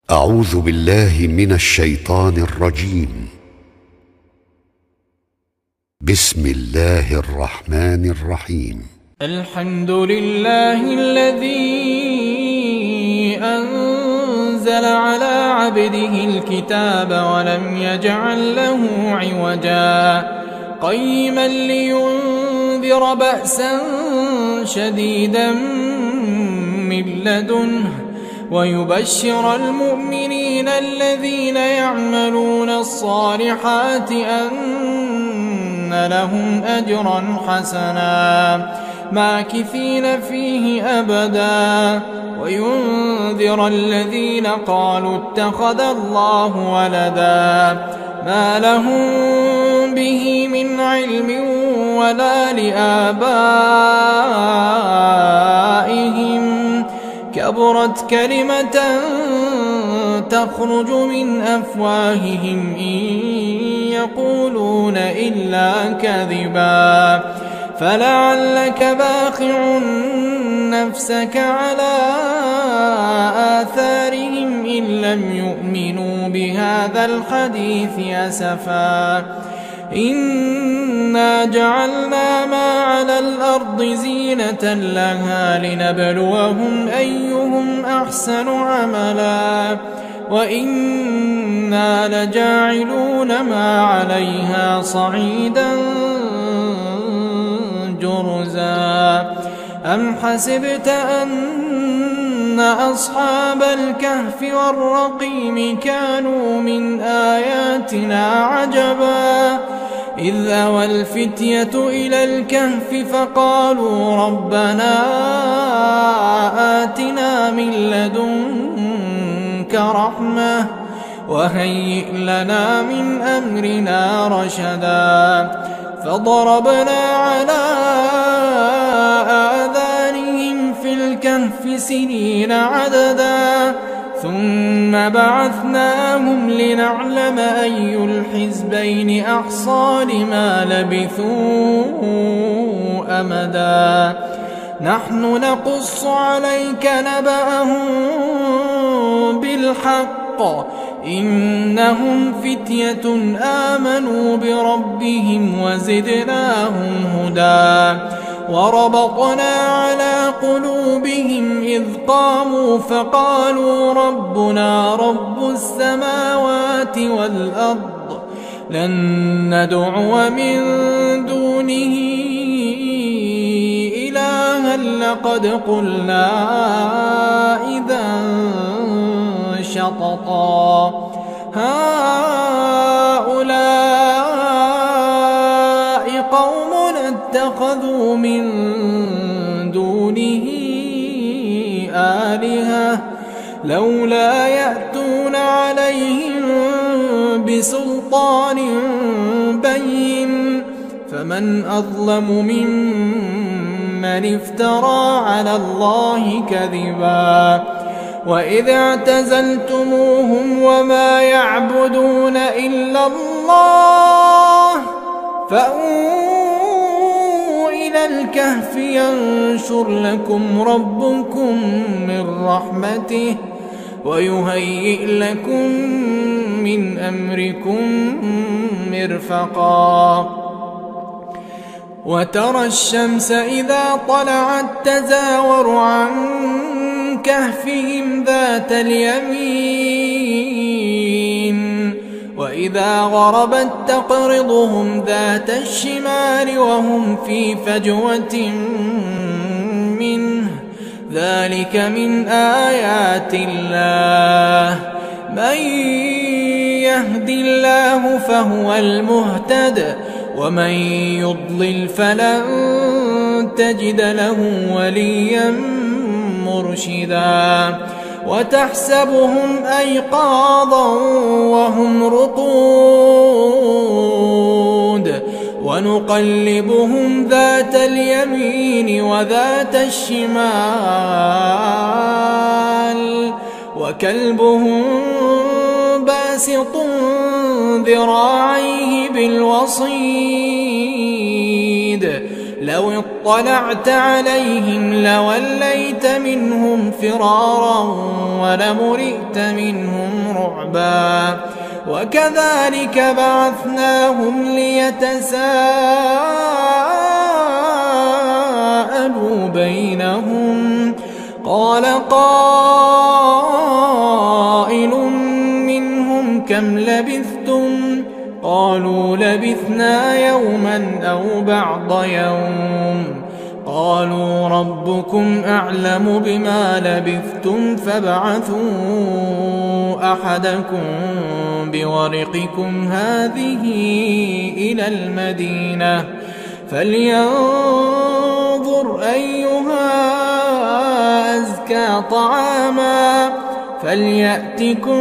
أعوذ بالله من الشيطان الرجيم. بسم الله الرحمن الرحيم. الحمد لله الذي أنزل على عبده الكتاب ولم يجعل له عوجا قيما لينذر بأسا شديدا من لدنه ويبشر المؤمنين الذين يعملون الصالحات أن لهم أجرا حسنا ماكثين فيه أبدا وينذر الذين قالوا اتخذ الله ولدا ما لهم به من علم ولا لآبائهم كبرت كلمة تخرج من أفواههم إن يقولون إلا كذبا فلعلك باخع نفسك على آثارهم إن لم يؤمنوا بهذا الحديث أسفا إنا جعلنا ما على الأرض زينة لها لنبلوهم أيهم أحسن عملا وإنا لجاعلون ما عليها صعيدا جرزا أم حسبت أن أصحاب الكهف والرقيم كانوا من آياتنا عجبا إذ أوى الفتية إلى الكهف فقالوا ربنا آتنا من لدنك رحمة وهيئ لنا من أمرنا رشدا فضربنا على آذانهم في الكهف سنين عددا ثم بعثناهم لنعلم أي الحزبين أحصى لما لبثوا أمدا نحن نقص عليك نبأهم بالحق إنهم فتية آمنوا بربهم وزدناهم هدى وربطنا على قلوبهم إذ قاموا فقالوا ربنا رب السماوات والأرض لن ندعو من دونه إلها لقد قلنا إذا شططا هؤلاء قوم اتخذوا من دونه آلهة لولا يأتون عليهم بسلطان بين فمن أظلم ممن افترى على الله كذبا وإذ اعتزلتموهم وما يعبدون إلا الله فأووا إلى الكهف ينشر لكم ربكم من رحمته ويهيئ لكم من أمركم مرفقا وترى الشمس إذا طلعت تزاور عن كهفهم ذات اليمين وإذا غربت تقرضهم ذات الشمال وهم في فجوة منه ذلك من آيات الله من يهد الله فهو المهتد ومن يضلل فلن تجد له وليا مرشدا وتحسبهم أيقاظا وهم رقود ونقلبهم ذات اليمين وذات الشمال وكلبهم باسط ذراعيه بالوصيد لو اطلعت عليهم لوليت منهم فرارا ولملئت منهم رعبا وكذلك بعثناهم ليتساءلوا بينهم قال قائل منهم كم لبثتم قالوا لبثنا يوما أو بعض يوم قالوا ربكم أعلم بما لبثتم فابعثوا أحدكم بورقكم هذه إلى المدينة فلينظر أيها أزكى طعاما فليأتكم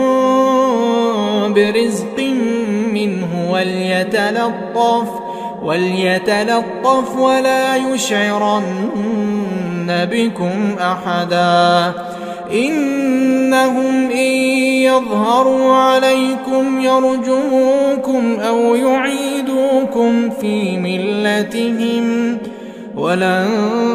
برزق منه وليتلطف ولا يشعرن بكم أحدا إنهم إن يظهروا عليكم يرجموكم أو يعيدوكم في ملتهم ولن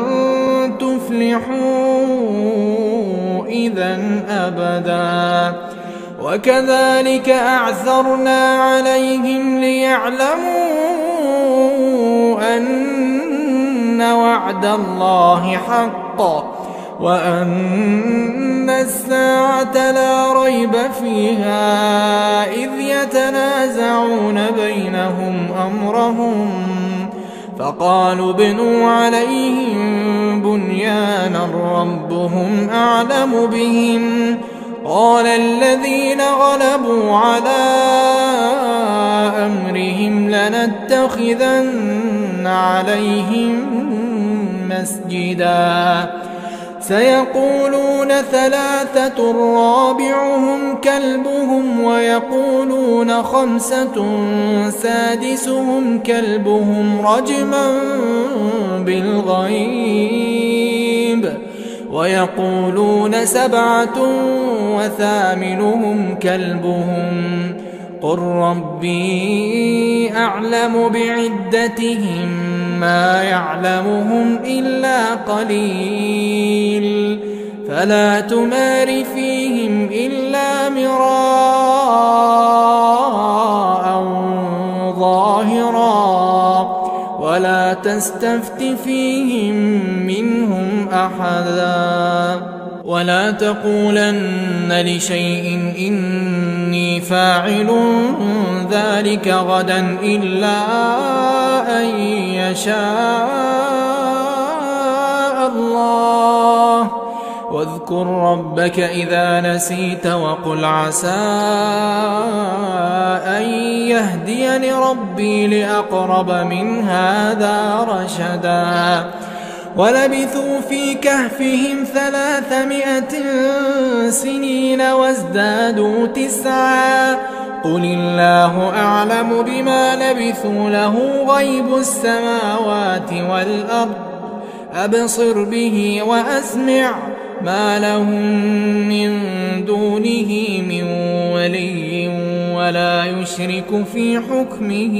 تفلحوا إذا أبدا وكذلك أعثرنا عليهم ليعلموا أن وعد الله حق وأن الساعة لا ريب فيها إذ يتنازعون بينهم أمرهم فقالوا ابنوا عليهم بنيانا ربهم أعلم بهم قال الذين غلبوا على أمرهم لنتخذن عليهم مسجدا سيقولون ثلاثة رابعهم كلبهم ويقولون خمسة سادسهم كلبهم رجما بالغيب ويقولون سبعة وثامنهم كلبهم قل ربي أعلم بعدتهم ما يعلمهم إلا قليل فلا تمار فيهم إلا مراء ظاهرا ولا تستفت فيهم منهم أحدا ولا تقولن لشيء إني فاعل ذلك غدا إلا أن يشاء الله واذكر ربك إذا نسيت وقل عسى أن يهديني ربي لأقرب من هذا رشدا ولبثوا في كهفهم 300 سنين وازدادوا 9 قل الله أعلم بما لبثوا له غيب السماوات والأرض أبصر به وأسمع ما لهم من دونه من ولي ولا يشرك في حكمه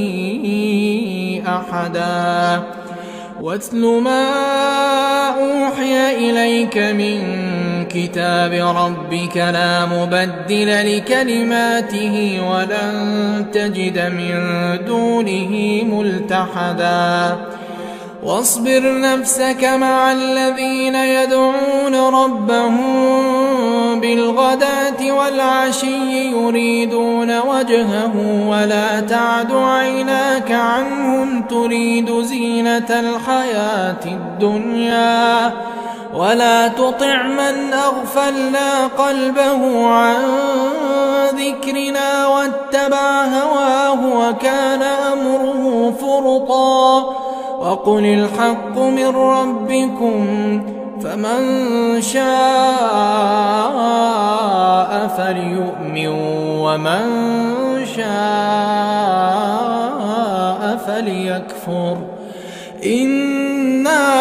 أحدا واتل ما أوحي إليك من كتاب ربك لا مبدل لكلماته ولن تجد من دونه ملتحدا واصبر نفسك مع الذين يدعون ربهم بالغداة والعشي يريدون وجهه ولا تعد عيناك عنهم تريد زينة الحياة الدنيا ولا تطع من أغفلنا قلبه عن ذكرنا واتبع هواه وكان أمره فرطا وقل الحق من ربكم فمن شاء فليؤمن ومن شاء فليكفر إنا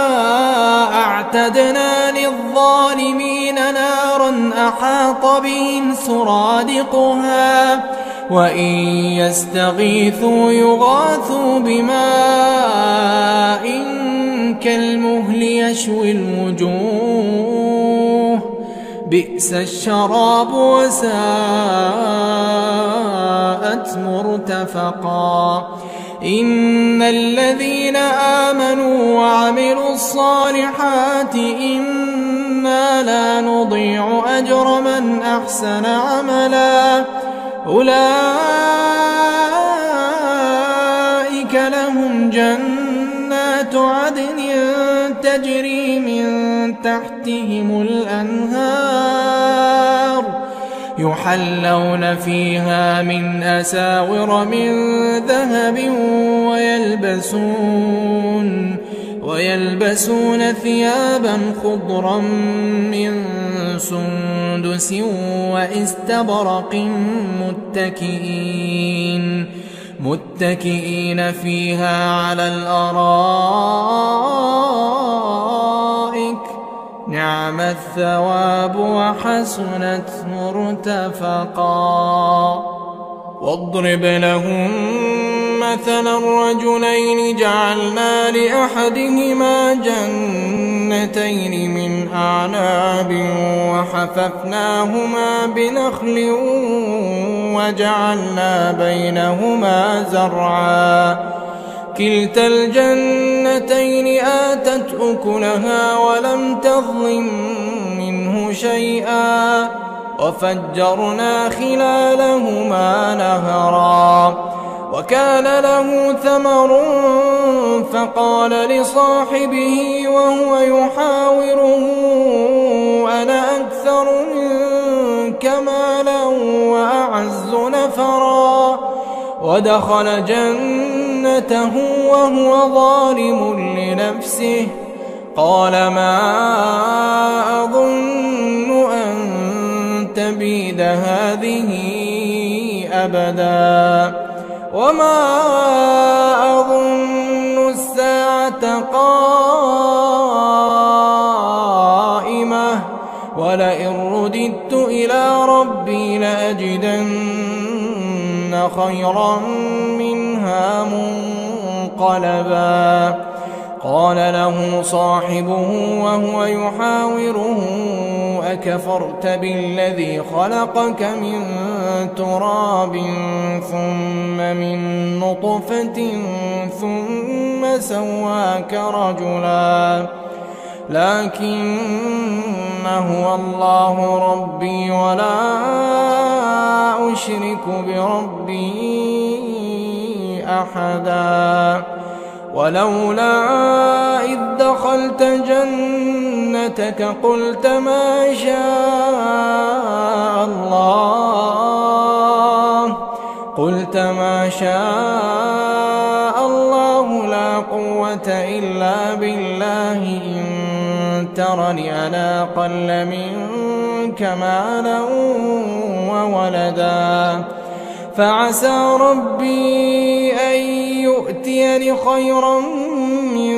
أعتدنا للظالمين نارا أحاط بهم سرادقها وإن يستغيثوا يغاثوا بماء كالمهل يشوي الوجوه بئس الشراب وساءت مرتفقا إن الذين آمنوا وعملوا الصالحات إنا لا نضيع أجر من أحسن عملا أولئك لهم جنات عدن تجري من تحتهم الأنهار يحلون فيها من أساور من ذهب ويلبسون ثيابا خضرا من سندس وإستبرق متكئين فيها على الأرائك نعم الثواب وحسنت مرتفقا واضرب لهم مثلا الرجلين جعلنا لأحدهما جنتين من أعناب وحففناهما بنخل وجعلنا بينهما زرعا كلتا الجنتين آتت أكلها ولم تظلم منه شيئا وفجرنا خلالهما نهرا وكان له ثمر فقال لصاحبه وهو يحاوره أنا أكثر منك مالا وأعز نفرا ودخل جنته وهو ظالم لنفسه قال ما أظن أن تبيد هذه أبدا وما أظن الساعة قائمة ولئن رددت إلى ربي لأجدن خيرا منها منقلبا قال له صاحبه وهو يحاوره أكفرت بالذي خلقك من تراب ثم من نطفة ثم سواك رجلا لكن هو الله ربي ولا أشرك بربي أحدا ولولا إذ دخلت جنتك قلت ما شاء الله لا قوة إلا بالله إن ترني أنا أقل منك مالا وولدا فعسى ربي أن يؤتيني خيرا من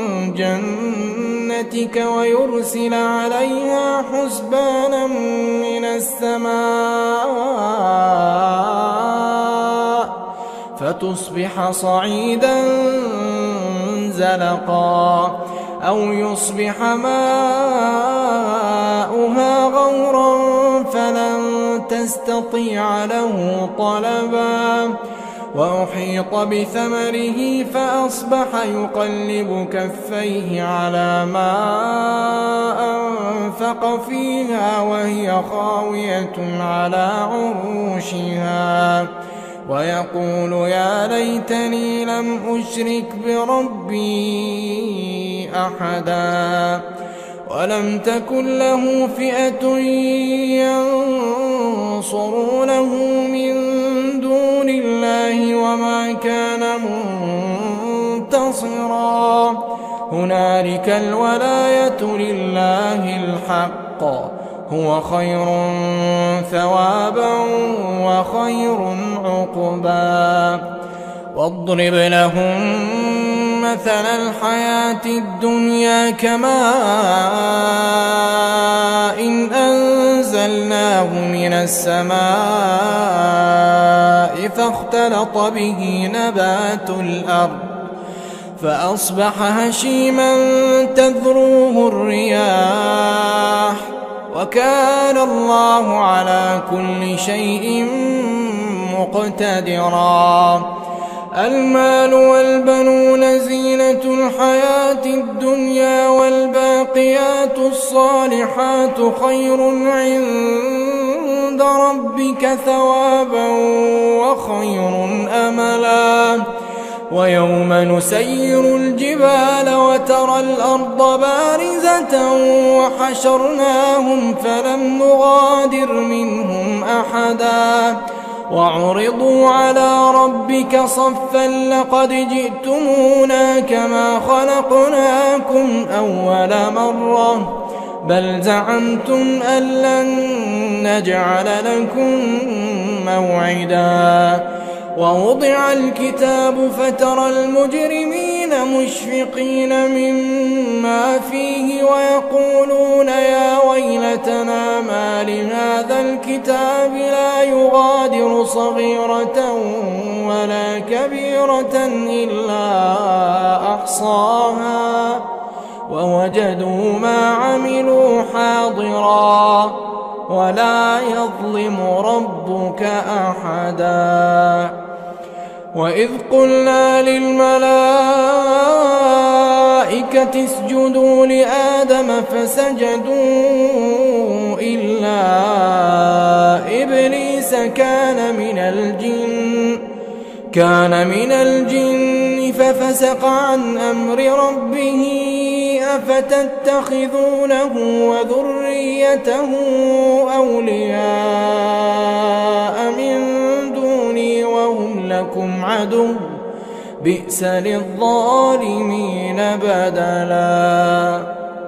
جنتك ويرسل عليها حسبانا من السماء فتصبح صعيدا زلقا أو يصبح ماؤها غورا فلن تستطيع له طلبا وأحيط بثمره فأصبح يقلب كفيه على ما أنفق فيها وهي خاوية على عروشها ويقول يا ليتني لم أشرك بربي أحدا ولم تكن له فئة ينصرونه من دون الله وما كان منتصرا هنالك الولاية لله الحق هو خير ثوابا وخير عقبا واضرب لهم مثل الحياة الدنيا كماء إن أنزلناه من السماء فاختلط به نبات الأرض فأصبح هشيما تذروه الرياح وكان الله على كل شيء مقتدرا. المال والبنون زينة الحياة الدنيا، والباقيات الصالحات خير عند ربك ثوابا وخير أملا. ويوم نسير الجبال وترى الأرض بارزة وحشرناهم فلم نغادر منهم أحدا وعرضوا على ربك صفا لقد جئتمونا كما خلقناكم أول مرة بل زعمتم أن لن نجعل لكم موعدا. ووضع الكتاب فترى المجرمين مشفقين مما فيه ويقولون يا ويلتنا ما لهذا الكتاب لا يغادر صغيرة ولا كبيرة إلا أحصاها ووجدوا ما عملوا حاضرا ولا يظلم ربك أحدا. وإذ قلنا للملائكة اسجدوا لآدم فسجدوا إلا إبليس كان من الجن ففسق عن أمر ربه أفتتخذونه وذريته أولياء من دوني وهم لكم عدو بئس للظالمين بدلا.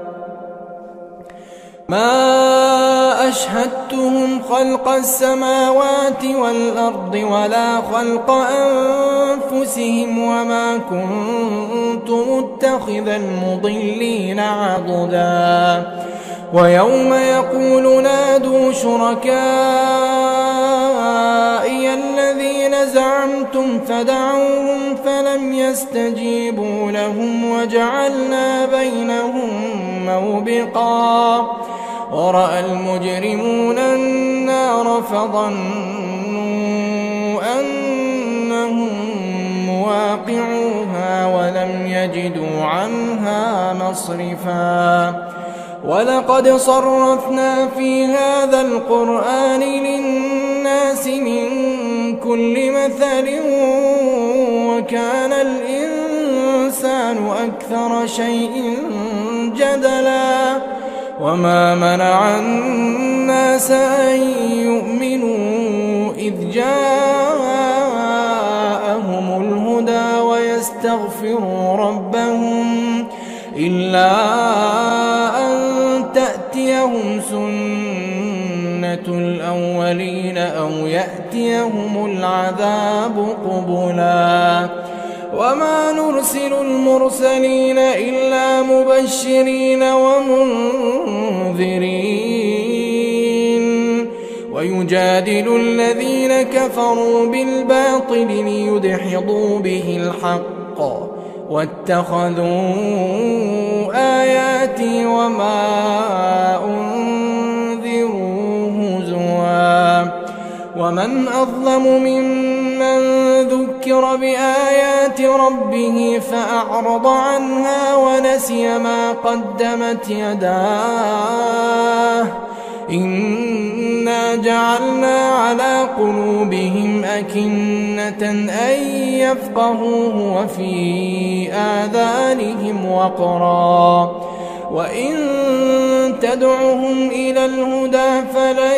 ما أشهدتهم خلق السماوات والأرض ولا خلق أنفسهم وما كنت متخذ المضلين عضدا. ويوم يقول نادوا شركائي الذين زعمتم فدعوهم فلم يستجيبوا لهم وجعلنا بينهم موبقا. ورأى المجرمون النار فظنوا أنهم مواقعوها ولم يجدوا عنها مصرفا. ولقد صرفنا في هذا القرآن للناس من كل مثل وكان الإنسان أكثر شيء جدلا. وما منع الناس أن يؤمنوا إذ جاءهم الهدى ويستغفروا ربهم إلا أن تأتيهم سنة الأولين أو يأتيهم العذاب قبلا. وما نرسل المرسلين إلا مبشرين ومنذرين ويجادل الذين كفروا بالباطل ليدحضوا به الحق واتخذوا آياتي وما أنذروا هزوا. ومن أظلم ممن ذكر بآيات ربه فأعرض عنها ونسي ما قدمت يداه إنا جعلنا على قلوبهم أكنة أن يفقهوه وفي آذانهم وقرا وإن تدعهم إلى الهدى فلن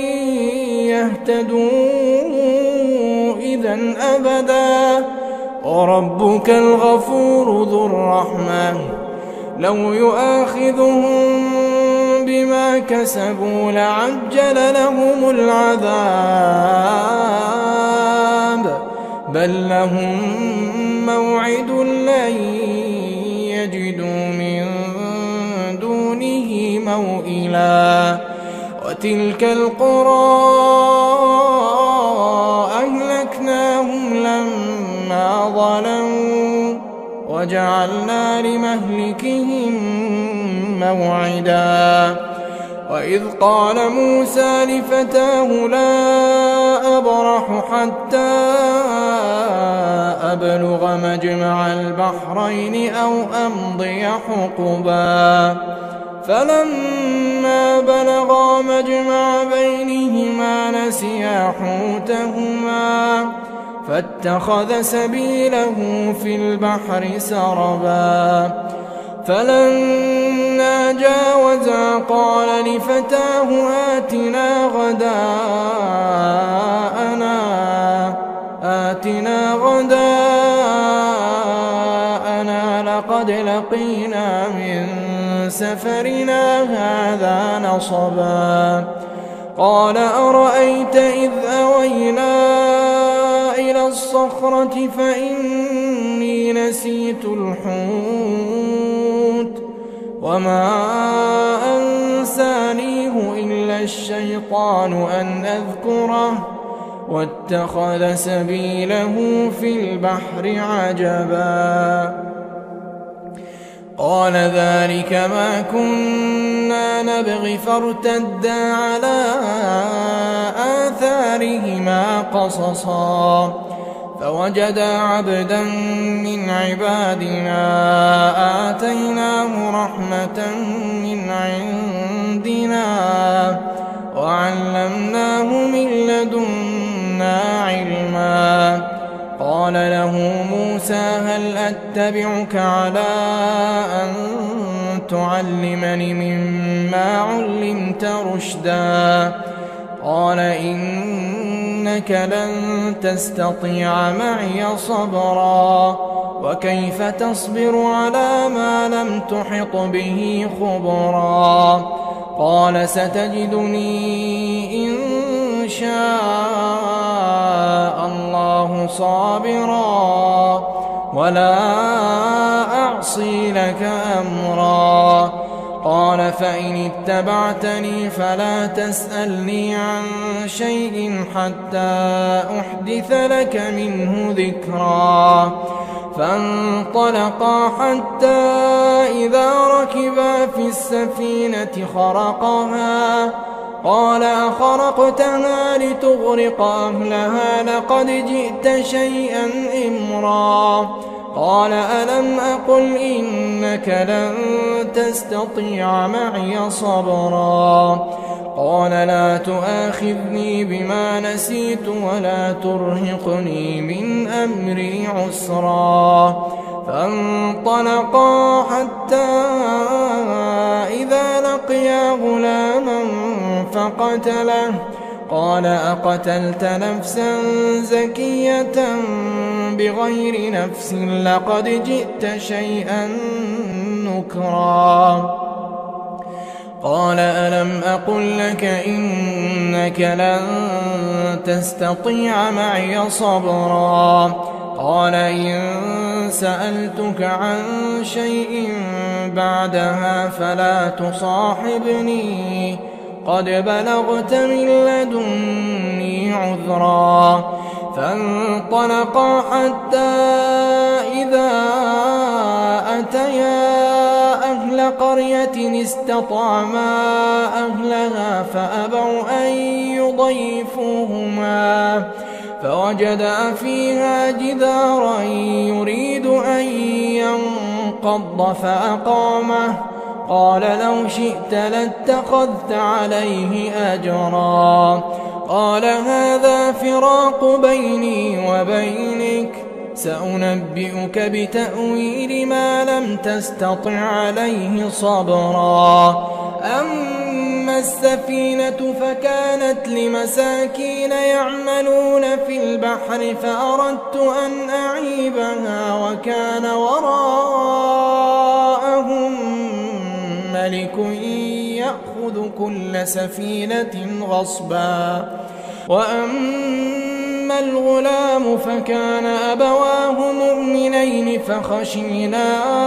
يهتدوا إذن أبدا. وربك الغفور ذو الرحمة لو يؤاخذهم بما كسبوا لعجل لهم العذاب بل لهم موعد لن يجدوا من دونه موئلا. وتلك القرى أهلكناهم لما ظلموا وجعلنا لمهلكهم موعدا. وإذ قال موسى لفتاه لا أبرح حتى أبلغ مجمع البحرين أو أمضي حقبا فلما بلغا مجمع بينهما نسيا حوتهما فاتخذ سبيله في البحر سربا فلما جاوزا قال لفتاه آتنا غداءنا لقد لقينا من سفرنا هذا نصبا قال أرأيت إذ أوينا إلى الصخرة فإني نسيت الحوت وما أنسانيه إلا الشيطان أن أذكره واتخذ سبيله في البحر عجبا قال ذلك ما كنا نبغي فارتدا على آثارهما قصصا فوجدا عبدا من عبادنا آتيناه رحمة من عندنا وعلمناه من لدنا علما قال له موسى هل أتبعك على أن تعلمني مما علمت رشدا قال إنك لن تستطيع معي صبرا وكيف تصبر على ما لم تحط به خبرا قال ستجدني إن شاء الله صابرا ولا أعصي لك أمرا قال فإن اتبعتني فلا تسألني عن شيء حتى أحدث لك منه ذكرا فانطلقا حتى إذا ركبا في السفينة خرقها قال أخرقتها لتغرق أهلها لقد جئت شيئا إمرا قال ألم أقل إنك لن تستطيع معي صبرا قال لا تؤاخذني بما نسيت ولا ترهقني من أمري عسرا فانطلقا حتى إذا لقيا غلاما فقتله قال أقتلت نفسا زكية بغير نفس لقد جئت شيئا نكرا قال ألم أقل لك إنك لن تستطيع معي صبرا قال إن سألتك عن شيء بعدها فلا تصاحبني قد بلغت من لدني عذرا فانطلقا حتى إذا أتيا أهل قرية استطعما أهلها فأبوا أن يضيفوهما فوجدا فيها جدارا يريد أن ينقض فأقامه قال لو شئت لاتخذت عليه أجرا قال هذا فراق بيني وبينك سأنبئك بتأويل ما لم تستطع عليه صبرا أما السفينة فكانت لمساكين يعملون في البحر فأردت أن أعيبها وكان وراءهم ملك يأخذ كل سفينة غصبا وأما الغلام فكان أبواه مؤمنين فخشينا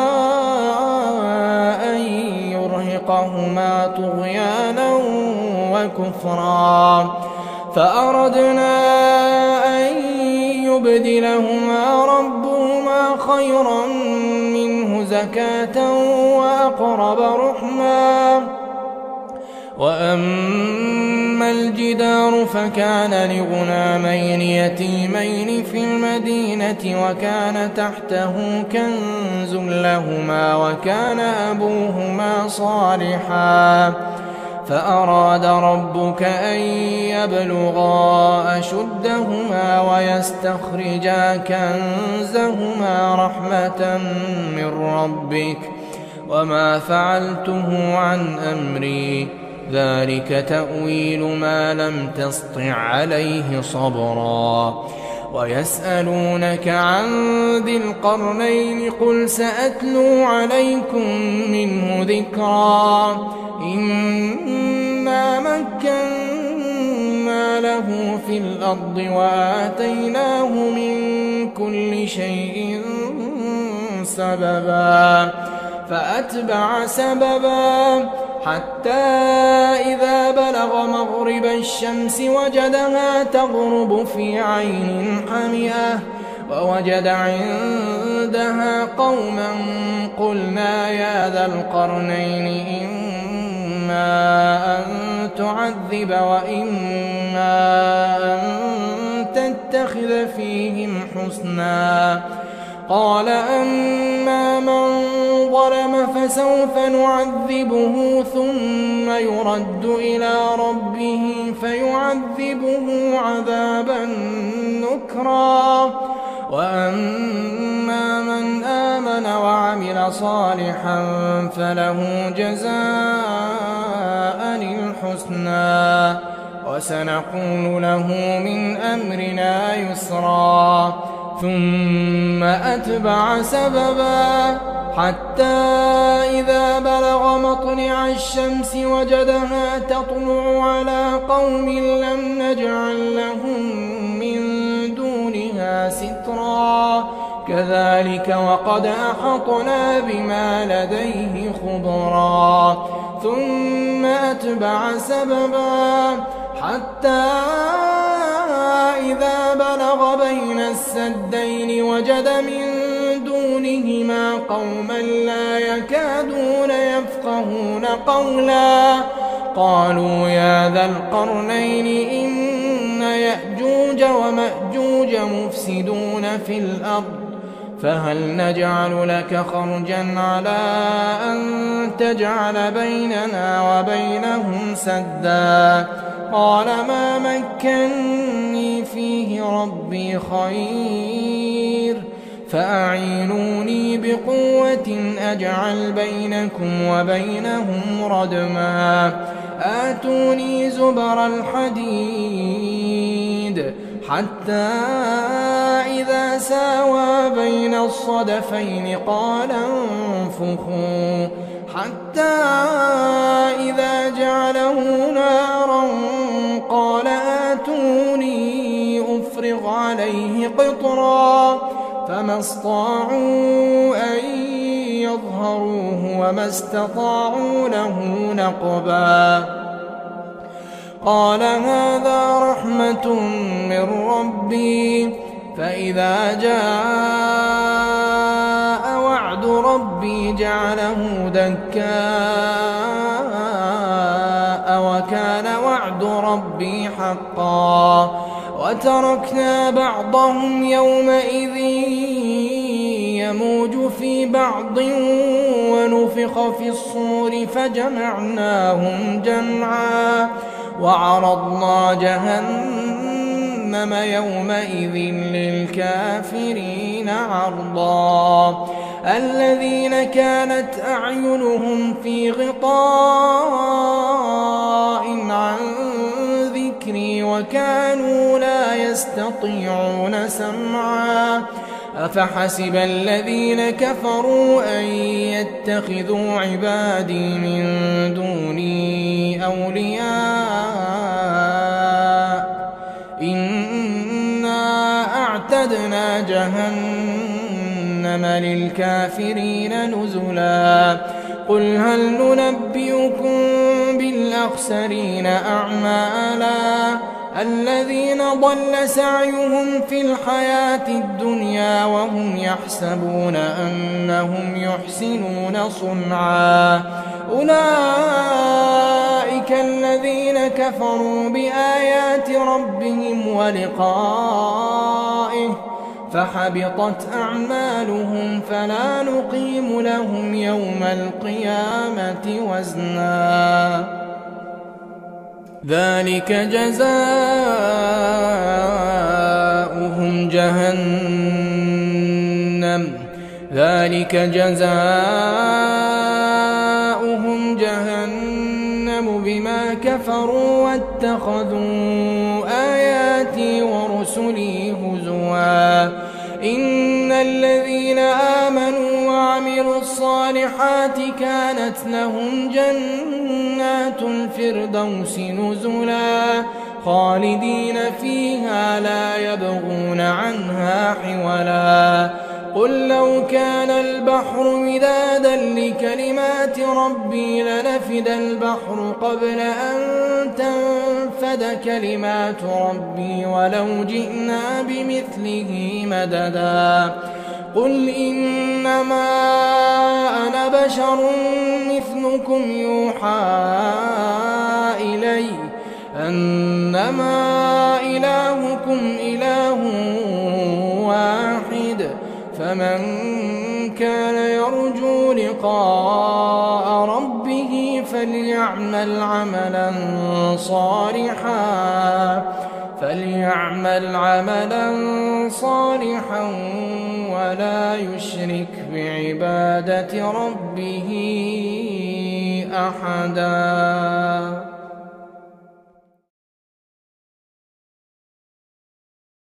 أن يرهقهما طغيانا وكفرا فأردنا أن يبدلهما ربهما خيرا منه زكاة وأقرب رحما وأما الجدار فكان لغلامين يتيمين في المدينة وكان تحته كنز لهما وكان أبوهما صالحا فأراد ربك أن يبلغا أشدهما ويستخرجا كنزهما رحمة من ربك وما فعلته عن أمري ذلك تأويل ما لم تسطع عليه صبرا ويسألونك عن ذي القرنين قل سأتلو عليكم منه ذكرا إنا مكنا له في الأرض وآتيناه من كل شيء سببا فأتبع سببا حتى إذا بلغ مغرب الشمس وجدها تغرب في عين حمئة ووجد عندها قوما قلنا يا ذا القرنين إما أن تعذب وإما أن تتخذ فيهم حسنا قال أما من ظلم فسوف نعذبه ثم يرد إلى ربه فيعذبه عذابا نكرا وأما من آمن وعمل صالحا فله جزاء الحسنى وسنقول له من أمرنا يسرا ثم أتبع سببا حتى إذا بلغ مطلع الشمس وجدها تطلع على قوم لم نجعل لهم من دونها سترا كذلك وقد أحطنا بما لديه خبرا ثم أتبع سببا حتى إذا بلغ بين السدين وجد من دونهما قوما لا يكادون يفقهون قولا قالوا يا ذا القرنين إن يأجوج ومأجوج مفسدون في الأرض فهل نجعل لك خرجا على أن تجعل بيننا وبينهم سدا قال ما مكني فيه ربي خير فأعينوني بقوة أجعل بينكم وبينهم ردما آتوني زبر الحديد حتى إذا ساوى بين الصدفين قال انفخوا حتى إذا جعله نارا قال آتوني أفرغ عليه قطرا فما استطاعوا أن يظهروه وما استطاعوا له نقبا قال هذا رحمة من ربي فإذا جاء وعد ربي جعله دكاء وكان وعد ربي حقا وتركنا بعضهم يومئذ يموج في بعض ونفخ في الصور فجمعناهم جمعا وعرضنا جهنم يومئذ للكافرين عرضا الذين كانت أعينهم في غطاء عن ذكري وكانوا لا يستطيعون سمعا أفحسب الذين كفروا أن يتخذوا عبادي من دوني أولياء إنا أعتدنا جهنم للكافرين نزلا قل هل ننبئكم بالأخسرين أعمالا الذين ضل سعيهم في الحياة الدنيا وهم يحسبون أنهم يحسنون صنعا أولئك الذين كفروا بآيات ربهم ولقائه فحبطت أعمالهم فلا نقيم لهم يوم القيامة وزنا ذلك جزاؤهم جهنم بما كفروا واتخذوا آياتي ورسلي هزوا إن الذين آمنوا وعملوا الصالحات كانت لهم جنات الفردوس نزلا خالدين فيها لا يبغون عنها حولا قل لو كان البحر مدادا لكلمات ربي لنفد البحر قبل أن تنفد كلمات ربي ولو جئنا بمثله مددا قل إنما أنا بشر مثلكم يوحى إلي أنما إلهكم إله واحد فمن كان يرجو لقاء ربه فليعمل عملا صالحا ولا يشرك بعبادة ربه أحدا.